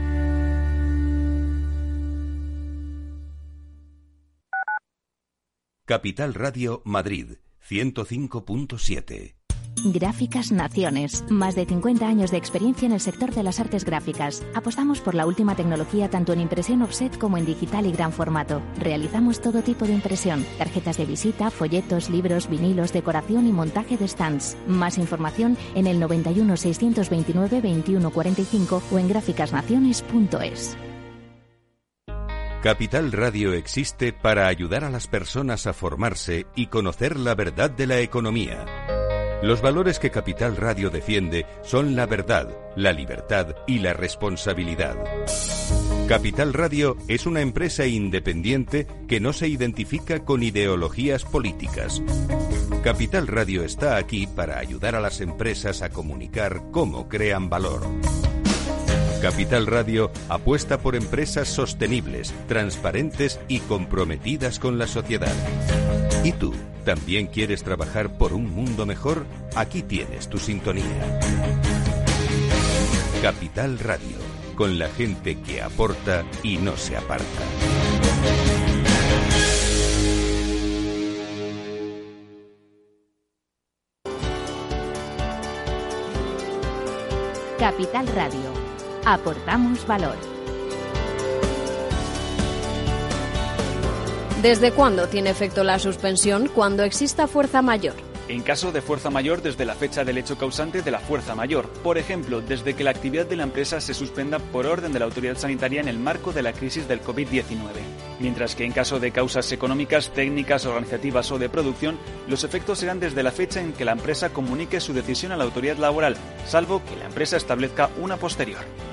Capital Radio Madrid, ciento cinco punto siete. Gráficas Naciones. Más de cincuenta años de experiencia en el sector de las artes gráficas. Apostamos por la última tecnología tanto en impresión offset como en digital y gran formato. Realizamos todo tipo de impresión. Tarjetas de visita, folletos, libros, vinilos, decoración y montaje de stands. Más información en el noventa y uno, seiscientos veintinueve, veintiuno cuarenta y cinco o en gráficas naciones punto es. Capital Radio existe para ayudar a las personas a formarse y conocer la verdad de la economía. Los valores que Capital Radio defiende son la verdad, la libertad y la responsabilidad. Capital Radio es una empresa independiente que no se identifica con ideologías políticas. Capital Radio está aquí para ayudar a las empresas a comunicar cómo crean valor. Capital Radio apuesta por empresas sostenibles, transparentes y comprometidas con la sociedad. ¿Y tú? ¿También quieres trabajar por un mundo mejor? Aquí tienes tu sintonía. Capital Radio, con la gente que aporta y no se aparta. Capital Radio. Aportamos valor. ¿Desde cuándo tiene efecto la suspensión? Cuando exista fuerza mayor. En caso de fuerza mayor, desde la fecha del hecho causante de la fuerza mayor, por ejemplo, desde que la actividad de la empresa se suspenda por orden de la autoridad sanitaria en el marco de la crisis del covid diecinueve. Mientras que en caso de causas económicas, técnicas, organizativas o de producción, los efectos serán desde la fecha en que la empresa comunique su decisión a la autoridad laboral, salvo que la empresa establezca una posterior.